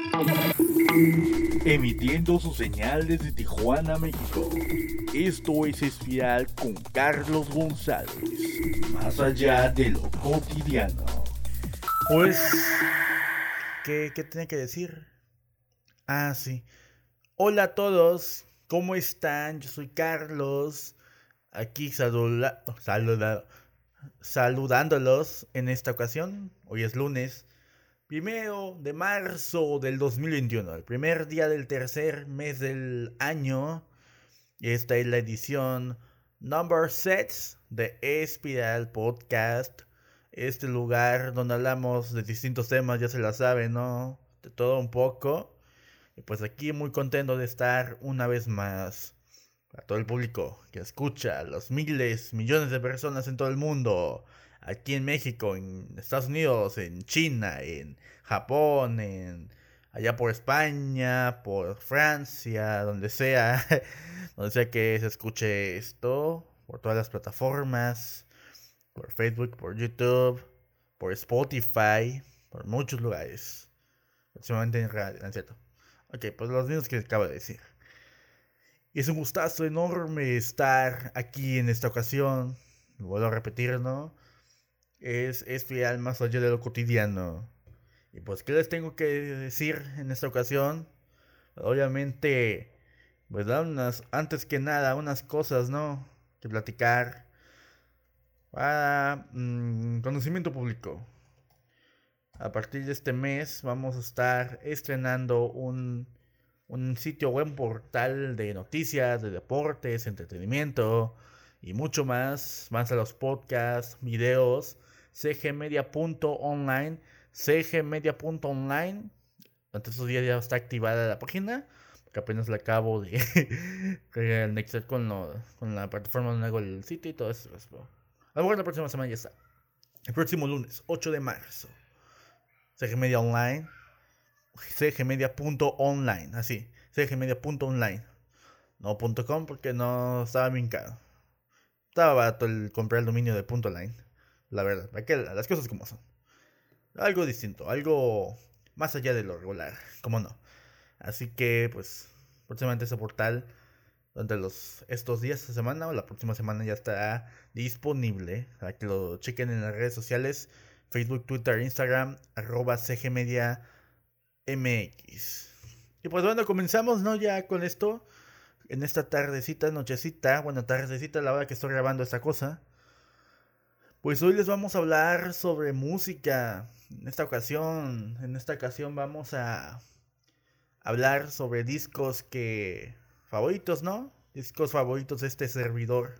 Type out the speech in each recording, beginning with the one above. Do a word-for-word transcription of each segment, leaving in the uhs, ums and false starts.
Emitiendo su señal desde Tijuana, México. Esto es Espiral con Carlos González. Más allá de lo cotidiano. Pues, ¿qué, qué tenía que decir? Ah, sí. Hola a todos, ¿cómo están? Yo soy Carlos. Aquí saluda, saluda, saludándolos en esta ocasión. Hoy es lunes. Primero de marzo del dos mil veintiuno, el primer día del tercer mes del año. Esta es la edición number six de Espiral Podcast. Este lugar donde hablamos de distintos temas, ya se la saben, ¿no? De todo un poco. Y pues aquí muy contento de estar una vez más. A todo el público que escucha, a los miles, millones de personas en todo el mundo. Aquí en México, en Estados Unidos, en China, en Japón, en allá por España, por Francia, donde sea, donde sea que se escuche esto, por todas las plataformas, por Facebook, por YouTube, por Spotify, por muchos lugares. Próximamente en radio, ¿no es cierto? Ok, pues los mismos que acabo de decir. Y es un gustazo enorme estar aquí en esta ocasión. Lo vuelvo a repetir, ¿no? Es, es fiel más allá de lo cotidiano. Y pues, ¿qué les tengo que decir en esta ocasión? Obviamente, pues, unas, antes que nada, unas cosas, ¿no? Que platicar. Para mmm, conocimiento público. A partir de este mes vamos a estar estrenando un, un sitio web, portal de noticias, de deportes, entretenimiento y mucho más. Más a los podcasts, videos. cgmedia punto online. cgmedia punto online. Durante estos días ya está activada la página, que apenas la acabo de anexar con, lo, con la plataforma donde hago el sitio y todo eso. A lo mejor la próxima semana ya está. El próximo lunes, ocho de marzo. cgmedia online. cgmedia punto online. Así. cgmedia punto online. No .com porque no estaba bien caro. Estaba barato el comprar el dominio de punto .online. La verdad. Que las cosas como son. Algo distinto. Algo más allá de lo regular. Como no. Así que pues próximamente ese portal durante los, estos días, esta semana o la próxima semana ya estará disponible para que lo chequen en las redes sociales, Facebook, Twitter, Instagram, arroba cgmediamx. Y pues bueno, comenzamos, ¿no? Ya con esto, en esta tardecita, nochecita, bueno, tardecita a la hora que estoy grabando esta cosa. Pues hoy les vamos a hablar sobre música. En esta ocasión, en esta ocasión vamos a hablar sobre discos que favoritos, ¿no? Discos favoritos de este servidor.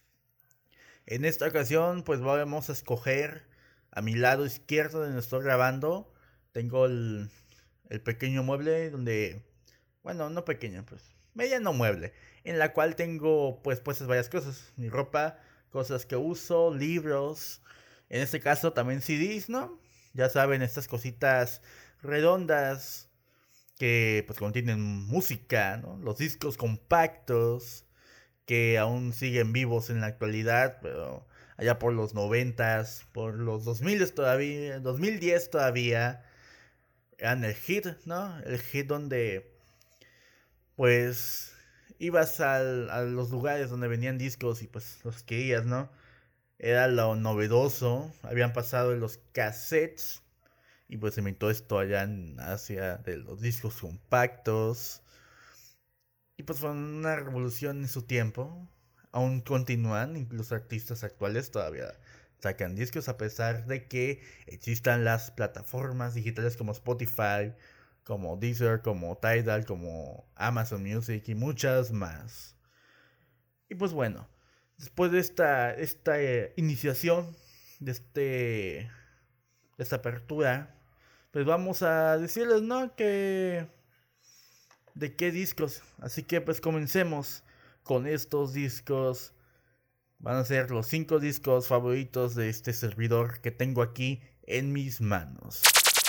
En esta ocasión, pues vamos a escoger a mi lado izquierdo donde estoy grabando. Tengo el, el pequeño mueble donde, bueno, no pequeño, pues, mediano mueble, en la cual tengo, pues, pues varias cosas. Mi ropa, cosas que uso, libros. En este caso también C Ds, ¿no? Ya saben, estas cositas redondas que pues contienen música, ¿no? Los discos compactos que aún siguen vivos en la actualidad, pero allá por los noventas, por los dos miles todavía, dos mil diez todavía, eran el hit, ¿no? El hit donde pues ibas al, a los lugares donde venían discos y pues los querías, ¿no? Era lo novedoso, habían pasado los cassettes. Y pues se inventó esto allá en Asia de los discos compactos. Y pues fue una revolución en su tiempo. Aún continúan, incluso artistas actuales todavía sacan discos a pesar de que existan las plataformas digitales como Spotify, como Deezer, como Tidal, como Amazon Music y muchas más. Y pues bueno, después de esta, esta eh, iniciación, de, este, de esta apertura, pues vamos a decirles, ¿no? Que de qué discos. Así que pues comencemos con estos discos. Van a ser los cinco discos favoritos de este servidor que tengo aquí en mis manos.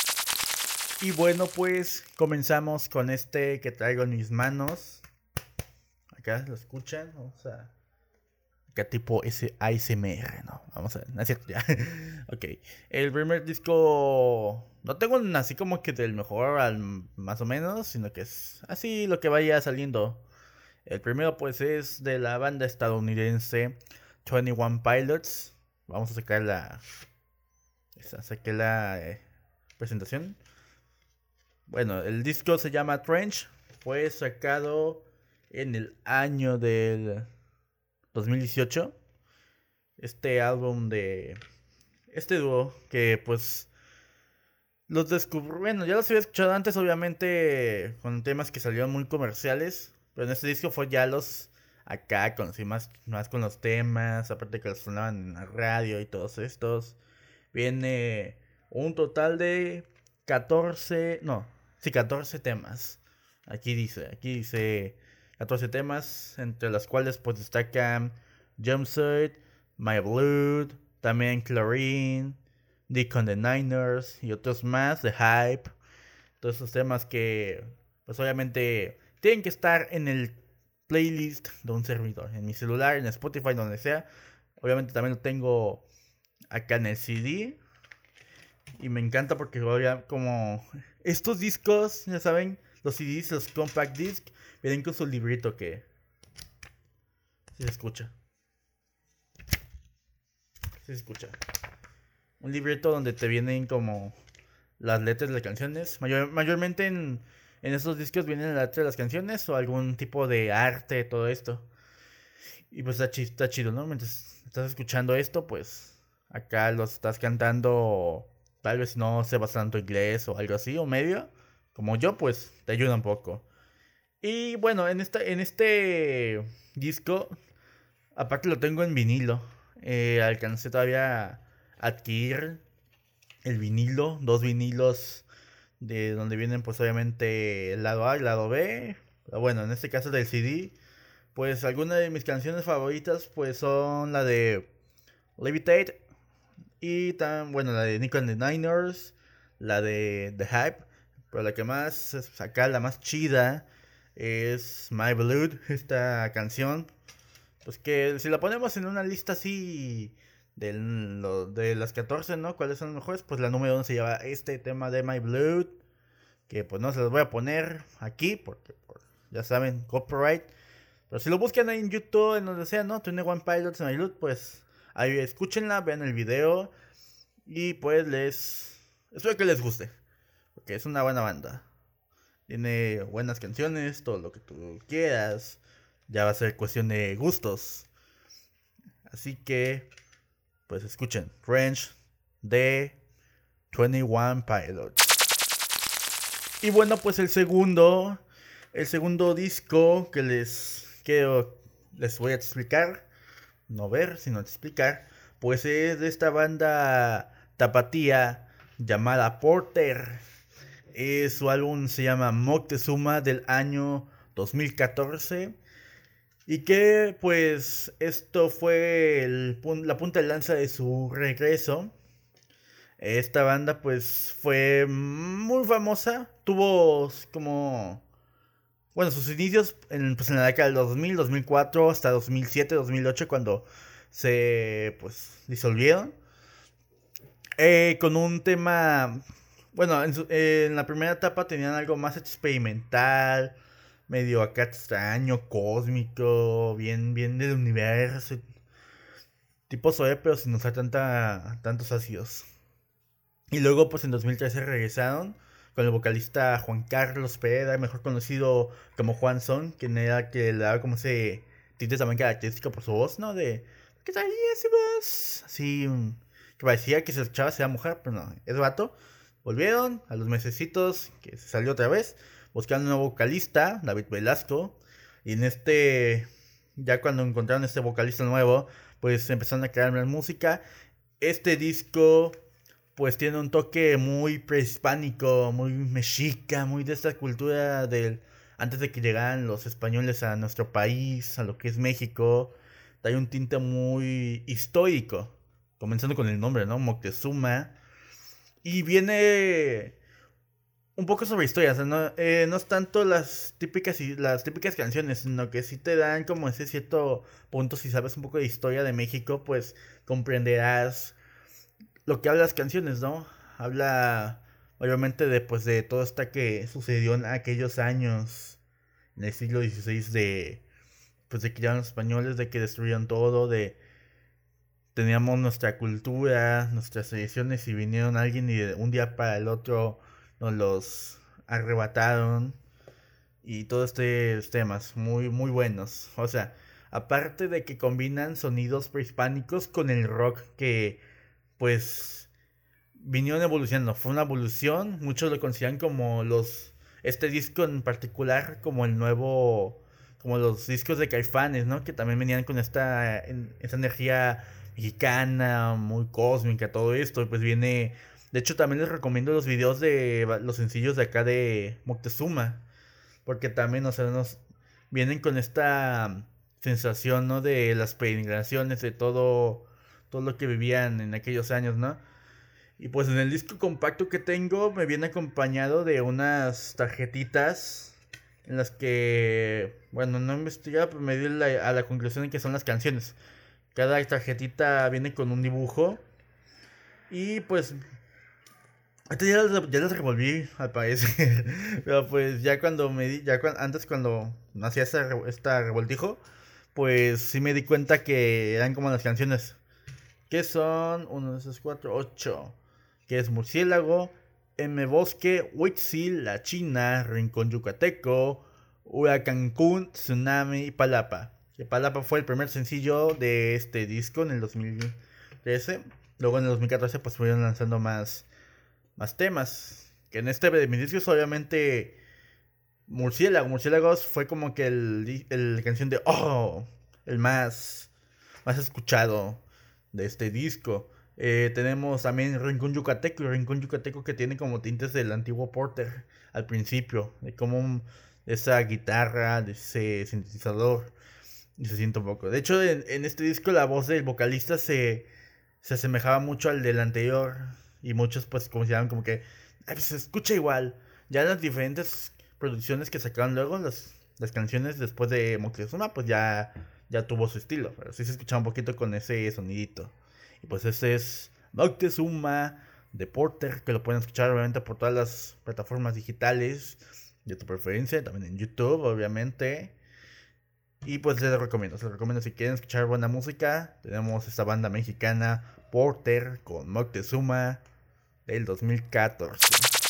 Y bueno, pues comenzamos con este que traigo en mis manos. Acá lo escuchan. Vamos a Acá tipo ese A S M R, ¿no? Vamos a ver, no es cierto, ya. Ok, el primer disco no tengo un así como que del mejor al más o menos, sino que es así lo que vaya saliendo. El primero pues es de la banda estadounidense veintiuno Pilots. Vamos a sacar la... Saqué la eh, presentación. Bueno, el disco se llama Trench. Fue sacado en el año del dos mil dieciocho. Este álbum de este dúo que pues los descubrí, bueno, ya los había escuchado antes obviamente con temas que salieron muy comerciales, pero en este disco fue ya los acá conocí más, más con los temas, aparte que los sonaban en la radio y todos estos. Viene un total de catorce, no, sí, catorce temas. Aquí dice, aquí dice catorce temas, entre los cuales pues destacan Jumpsuit, My Blood, también Chlorine, Dick on the Niners y otros más, The Hype. Todos esos temas que pues obviamente tienen que estar en el playlist de un servidor, en mi celular, en Spotify, donde sea. Obviamente también lo tengo acá en el C D. Y me encanta porque ya como estos discos, ya saben, los C Ds, los compact disc, vienen con su librito que si se escucha. Si se escucha. Un librito donde te vienen como las letras de las canciones. Mayor, mayormente en, en estos discos vienen las letras de las canciones o algún tipo de arte, todo esto. Y pues está, está chido, ¿no? Mientras estás escuchando esto, pues acá los estás cantando. Tal vez no sepas tanto inglés o algo así, o medio, como yo, pues te ayuda un poco. Y bueno, en, esta, en este disco, aparte lo tengo en vinilo. Eh, alcancé todavía a adquirir el vinilo, dos vinilos de donde vienen pues obviamente el lado A y el lado B. Pero bueno, en este caso del C D, pues algunas de mis canciones favoritas pues son la de Levitate. Y tan, bueno, la de Nick and the Niners, la de The Hype, pero la que más, acá la más chida, es My Blood, esta canción. Pues que si la ponemos en una lista así de, lo, de las catorce, ¿no? ¿Cuáles son los mejores? Pues la número uno se llama este tema de My Blood, que pues no se los voy a poner aquí, porque por, ya saben, copyright. Pero si lo buscan ahí en YouTube, en donde sea, ¿no? veintiuno Pilots, My Blood, pues... ahí escúchenla, vean el video y pues les... espero que les guste, porque es una buena banda. Tiene buenas canciones, todo lo que tú quieras. Ya va a ser cuestión de gustos. Así que, pues escuchen French de veintiuno Pilots. Y bueno, pues el segundo, el segundo disco que les quiero, les voy a explicar. No ver, sino explicar, pues es de esta banda tapatía llamada Porter. Eh, su álbum se llama Moctezuma del año dos mil catorce. Y que pues esto fue el, la punta de lanza de su regreso. Esta banda pues fue muy famosa. Tuvo como... bueno, sus inicios en, pues en la década del dos mil, dos mil cuatro hasta dos mil siete, dos mil ocho, cuando se pues disolvieron. Eh, con un tema, bueno, en, su, eh, en la primera etapa tenían algo más experimental, medio acá extraño, cósmico, bien, bien del universo, tipo Zoe, pero sin usar tanta, tantos ácidos. Y luego pues en dos mil trece regresaron con el vocalista Juan Carlos Pereda, mejor conocido como Juan Son, quien era que le daba como ese tinte también característico por su voz, ¿no? De, ¿qué tal esa voz? Así, que parecía que se escuchaba sea mujer, pero no, es vato. Volvieron a los mesecitos, que se salió otra vez, buscando un nuevo vocalista, David Velasco, y en este, ya cuando encontraron este vocalista nuevo, pues empezaron a crear más música. Este disco... pues tiene un toque muy prehispánico, muy mexica, muy de esta cultura del antes de que llegaran los españoles a nuestro país, a lo que es México. Hay un tinte muy histórico, comenzando con el nombre, ¿no? Moctezuma. Y viene un poco sobre historias, o sea, no, eh, no es tanto las típicas y las típicas canciones, sino que sí te dan como ese cierto punto, si sabes un poco de historia de México, pues comprenderás lo que habla las canciones, ¿no? Habla mayormente de, pues, de todo esto que sucedió en aquellos años, en el siglo dieciséis, de, pues, de que llegaron los españoles, de que destruyeron todo, de teníamos nuestra cultura, nuestras tradiciones y vinieron alguien y de un día para el otro nos los arrebataron y todos estos temas muy muy buenos. O sea, aparte de que combinan sonidos prehispánicos con el rock que pues vinieron evolucionando, fue una evolución, muchos lo consideran como los este disco en particular como el nuevo como los discos de Caifanes, ¿no? Que también venían con esta en, esta energía mexicana, muy cósmica, todo esto, y pues viene... De hecho, también les recomiendo los videos de los sencillos de acá de Moctezuma, porque también, o sea, nos vienen con esta sensación, ¿no? De las peregrinaciones, de todo, todo lo que vivían en aquellos años, ¿no? Y pues en el disco compacto que tengo me viene acompañado de unas tarjetitas en las que, bueno, no investigaba, pero me di la, a la conclusión de que son las canciones. Cada tarjetita viene con un dibujo. Y pues... Ahorita ya las, ya las revolví, al parecer. Pero pues ya cuando me di... Ya cuan- antes cuando hacía esta, re- esta revoltijo, pues sí me di cuenta que eran como las canciones. Que son... Uno, dos, tres, cuatro, ocho. Que es Murciélago, M Bosque, Huitzil, La China, Rincón Yucateco, Huracán, Tsunami y Palapa. Que Palapa fue el primer sencillo de este disco en el dos mil trece. Luego en el dos mil catorce pues fueron lanzando más, más temas. Que en este de mis discos obviamente Murciélago. Murciélagos fue como que el, di- el canción de oh, el más, más escuchado de este disco. Eh, tenemos también Rincón Yucateco. Y Rincón Yucateco que tiene como tintes del antiguo Porter al principio. De como un- esa guitarra, de ese sintetizador. Y se siente un poco. De hecho, en, en este disco la voz del vocalista se, se asemejaba mucho al del anterior. Y muchos pues consideraban como que "Ay, pues, se escucha igual". Ya en las diferentes producciones que sacaron luego, las, las canciones después de Moctezuma, pues ya, ya tuvo su estilo. Pero sí se escuchaba un poquito con ese sonidito. Y pues ese es Moctezuma de Porter, que lo pueden escuchar obviamente por todas las plataformas digitales de tu preferencia, también en YouTube, obviamente. Y pues les recomiendo, les recomiendo si quieren escuchar buena música, tenemos esta banda mexicana Porter con Moctezuma del dos mil catorce.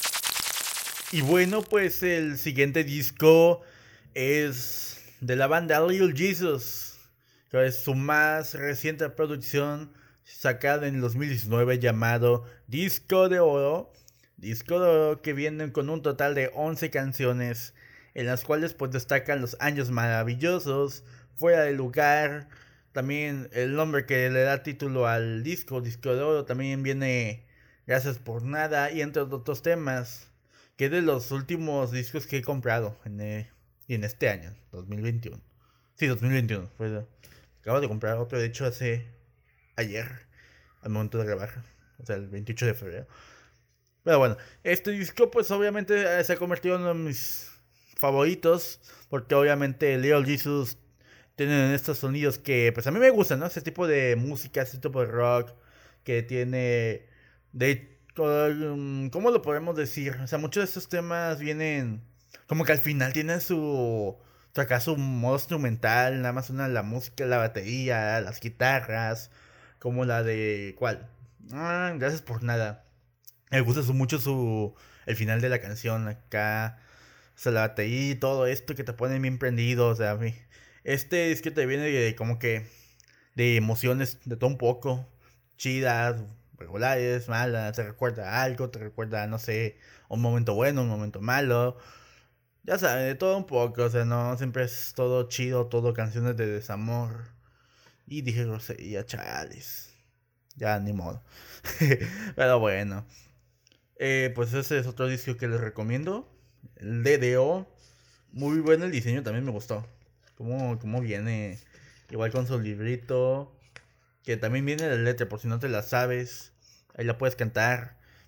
Y bueno, pues el siguiente disco es de la banda Little Jesus, que es su más reciente producción sacada en el dos mil diecinueve llamado Disco de Oro. Disco de Oro que viene con un total de once canciones en las cuales pues destacan los años maravillosos, Fuera de lugar, también el nombre que le da título al disco, Disco de Oro, también viene Gracias por nada y entre otros temas, que es de los últimos discos que he comprado en, eh, y en este año, dos mil veintiuno. Sí, dos mil veintiuno. Fue, acabo de comprar otro, de hecho, hace ayer, al momento de grabar, o sea, el veintiocho de febrero. Pero bueno, este disco pues obviamente eh, se ha convertido en uno de mis favoritos, porque obviamente Little Jesus tienen estos sonidos que pues a mí me gustan, ¿no? Ese tipo de música, ese tipo de rock que tiene de um, ¿cómo lo podemos decir? O sea, muchos de estos temas vienen como que al final tienen su su acá su modo instrumental, nada más una la música, la batería, las guitarras, como la de ¿cuál? Ah, gracias por nada. Me gusta su- mucho su el final de la canción acá, o sea, la batería y todo esto que te pone bien prendido, o sea, a mí- este es que te viene de como que de emociones de todo un poco, chidas, regulares, malas, te recuerda a algo, te recuerda, no sé, un momento bueno, un momento malo, ya sabes, de todo un poco, o sea, no siempre es todo chido, todo canciones de desamor. Y dije grosería, chales, ya ni modo. Pero bueno, eh, pues ese es otro disco que les recomiendo, el D D O, muy bueno el diseño, también me gustó, cómo, cómo viene, igual con su librito. Que también viene la letra, por si no te la sabes. Ahí la puedes cantar.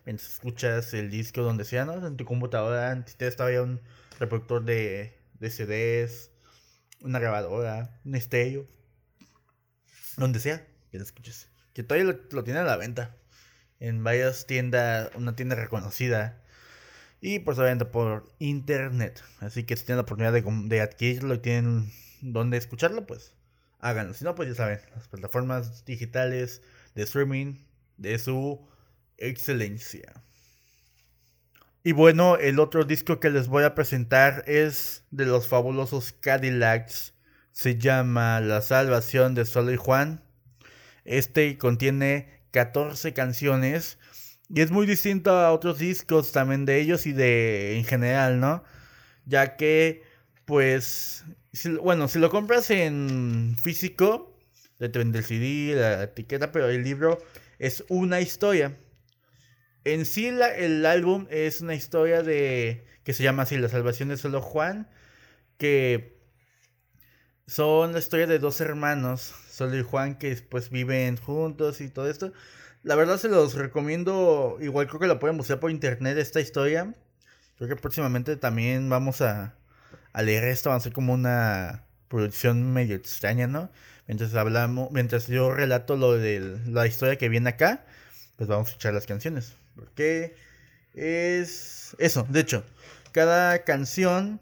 mientras escuchas el disco donde sea, ¿no? En tu computadora, si tienes todavía un reproductor de, de C Ds, una grabadora, un estéreo, donde sea que lo escuches. Que todavía lo, lo tienen a la venta en varias tiendas, una tienda reconocida. Y pues obviamente por internet. Así que si tienen la oportunidad de, de adquirirlo y tienen donde escucharlo, pues háganlo. Si no, pues ya saben, las plataformas digitales de streaming de su excelencia. Y bueno, el otro disco que les voy a presentar es de los fabulosos Cadillacs. Se llama La Salvación de Solo y Juan. Este contiene catorce canciones y es muy distinto a otros discos también de ellos y de en general, ¿no? Ya que, pues, si, bueno, si lo compras en físico, te vende el C D, la etiqueta, pero el libro es una historia. En sí, la, el álbum es una historia de que se llama así, La Salvación de Solo Juan, que son la historia de dos hermanos, Solo y Juan, que pues viven juntos y todo esto. La verdad se los recomiendo, igual creo que lo pueden buscar por internet esta historia. Creo que próximamente también vamos a, a leer esto, va a ser como una producción medio extraña, ¿no? Mientras hablamos, mientras yo relato lo de la historia que viene acá, pues vamos a escuchar las canciones. Porque es eso, de hecho, cada canción,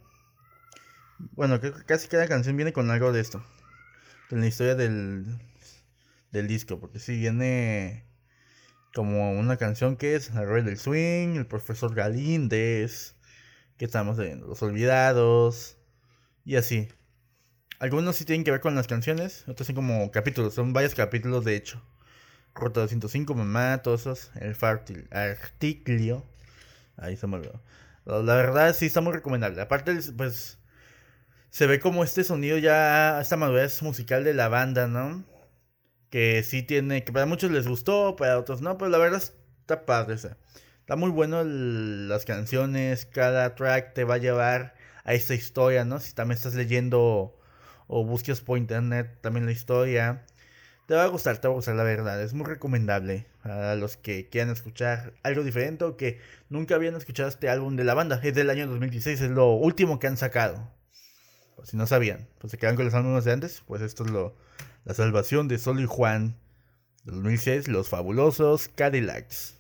bueno, creo que casi cada canción viene con algo de esto, de la historia del, del disco, porque sí viene como una canción que es La Rueda del Swing, El Profesor Galíndez, que estamos en Los Olvidados, y así. Algunos sí tienen que ver con las canciones, otros son como capítulos, son varios capítulos de hecho. Ruta doscientos cinco, Mamá, todos esos, El Fartil, Articlio, ahí se me olvidó. La verdad sí está muy recomendable, aparte pues se ve como este sonido ya, esta madurez musical de la banda, ¿no? Que sí tiene, que para muchos les gustó, para otros no, pero la verdad está padre, o sea, está muy bueno el, las canciones, cada track te va a llevar a esta historia, ¿no? Si también estás leyendo o buscas por internet también la historia, te va a gustar, te va a gustar la verdad, es muy recomendable a los que quieran escuchar algo diferente o que nunca habían escuchado este álbum de la banda, es del año dos mil dieciséis, es lo último que han sacado, o si no sabían, pues se quedan con los álbumes de antes, pues esto es lo... La Salvación de Solo y Juan, dos mil seis, Los Fabulosos Cadillacs.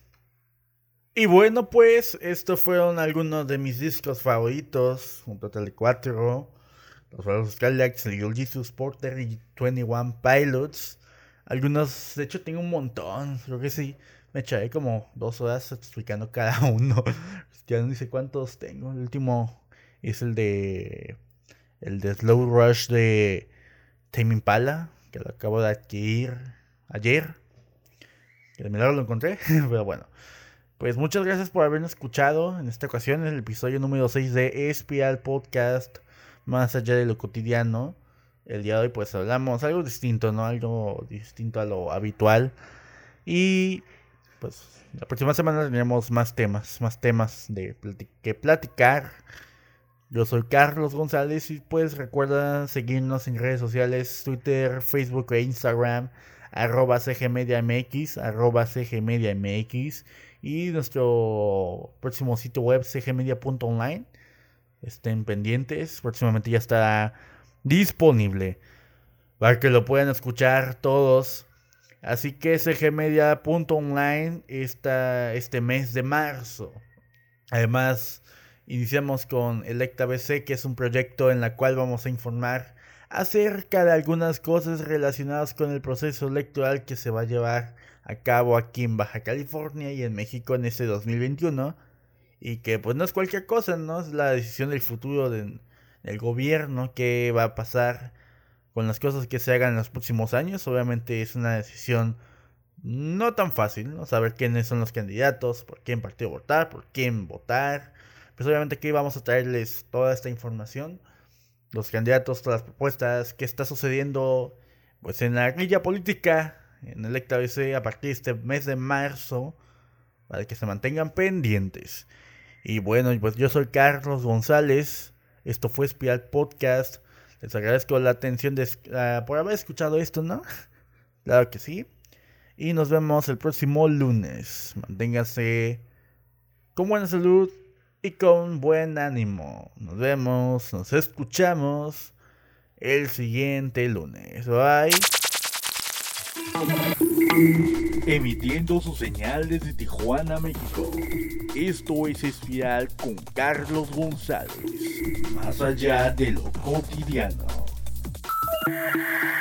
Y bueno, pues, estos fueron algunos de mis discos favoritos, un total de cuatro. Los Fabulosos Cadillacs, Little Jesus Porter y veintiuno Pilots. Algunos, de hecho, tengo un montón, creo que sí, me echaré como dos horas explicando cada uno. Ya no sé cuántos tengo, el último es el de... El de Slow Rush de Tame Impala, que lo acabo de adquirir ayer. Que de milagro lo encontré, pero bueno. Pues muchas gracias por habernos escuchado en esta ocasión, en el episodio número seis de Espiral Podcast, Más Allá de lo Cotidiano. El día de hoy pues hablamos algo distinto, ¿no? Algo distinto a lo habitual. Y pues la próxima semana tendremos más temas, más temas de plati- que platicar. Yo soy Carlos González y pues recuerda seguirnos en redes sociales, Twitter, Facebook e Instagram, arroba cgmediamx, arroba cgmediamx y nuestro próximo sitio web cgmedia punto online. Estén pendientes, próximamente ya estará disponible para que lo puedan escuchar todos. Así que cgmedia punto online está este mes de marzo. Además, iniciamos con Electa B C, que es un proyecto en el cual vamos a informar acerca de algunas cosas relacionadas con el proceso electoral que se va a llevar a cabo aquí en Baja California y en México en este dos mil veintiuno. Y que pues no es cualquier cosa, ¿no? Es la decisión del futuro de, del gobierno, qué va a pasar con las cosas que se hagan en los próximos años. Obviamente es una decisión no tan fácil, ¿no? Saber quiénes son los candidatos, por quién partido votar, por quién votar. Pues obviamente aquí vamos a traerles toda esta información, los candidatos, todas las propuestas, qué está sucediendo pues en la grilla política en Electa B C a partir de este mes de marzo, para que se mantengan pendientes. Y bueno, pues yo soy Carlos González, esto fue Espiral Podcast, les agradezco la atención de, uh, por haber escuchado esto, ¿no? Claro que sí, y nos vemos el próximo lunes, manténganse con buena salud y con buen ánimo. Nos vemos, nos escuchamos el siguiente lunes. Bye. Emitiendo su señal desde Tijuana, México. Esto es Espiral con Carlos González. Más allá de lo cotidiano.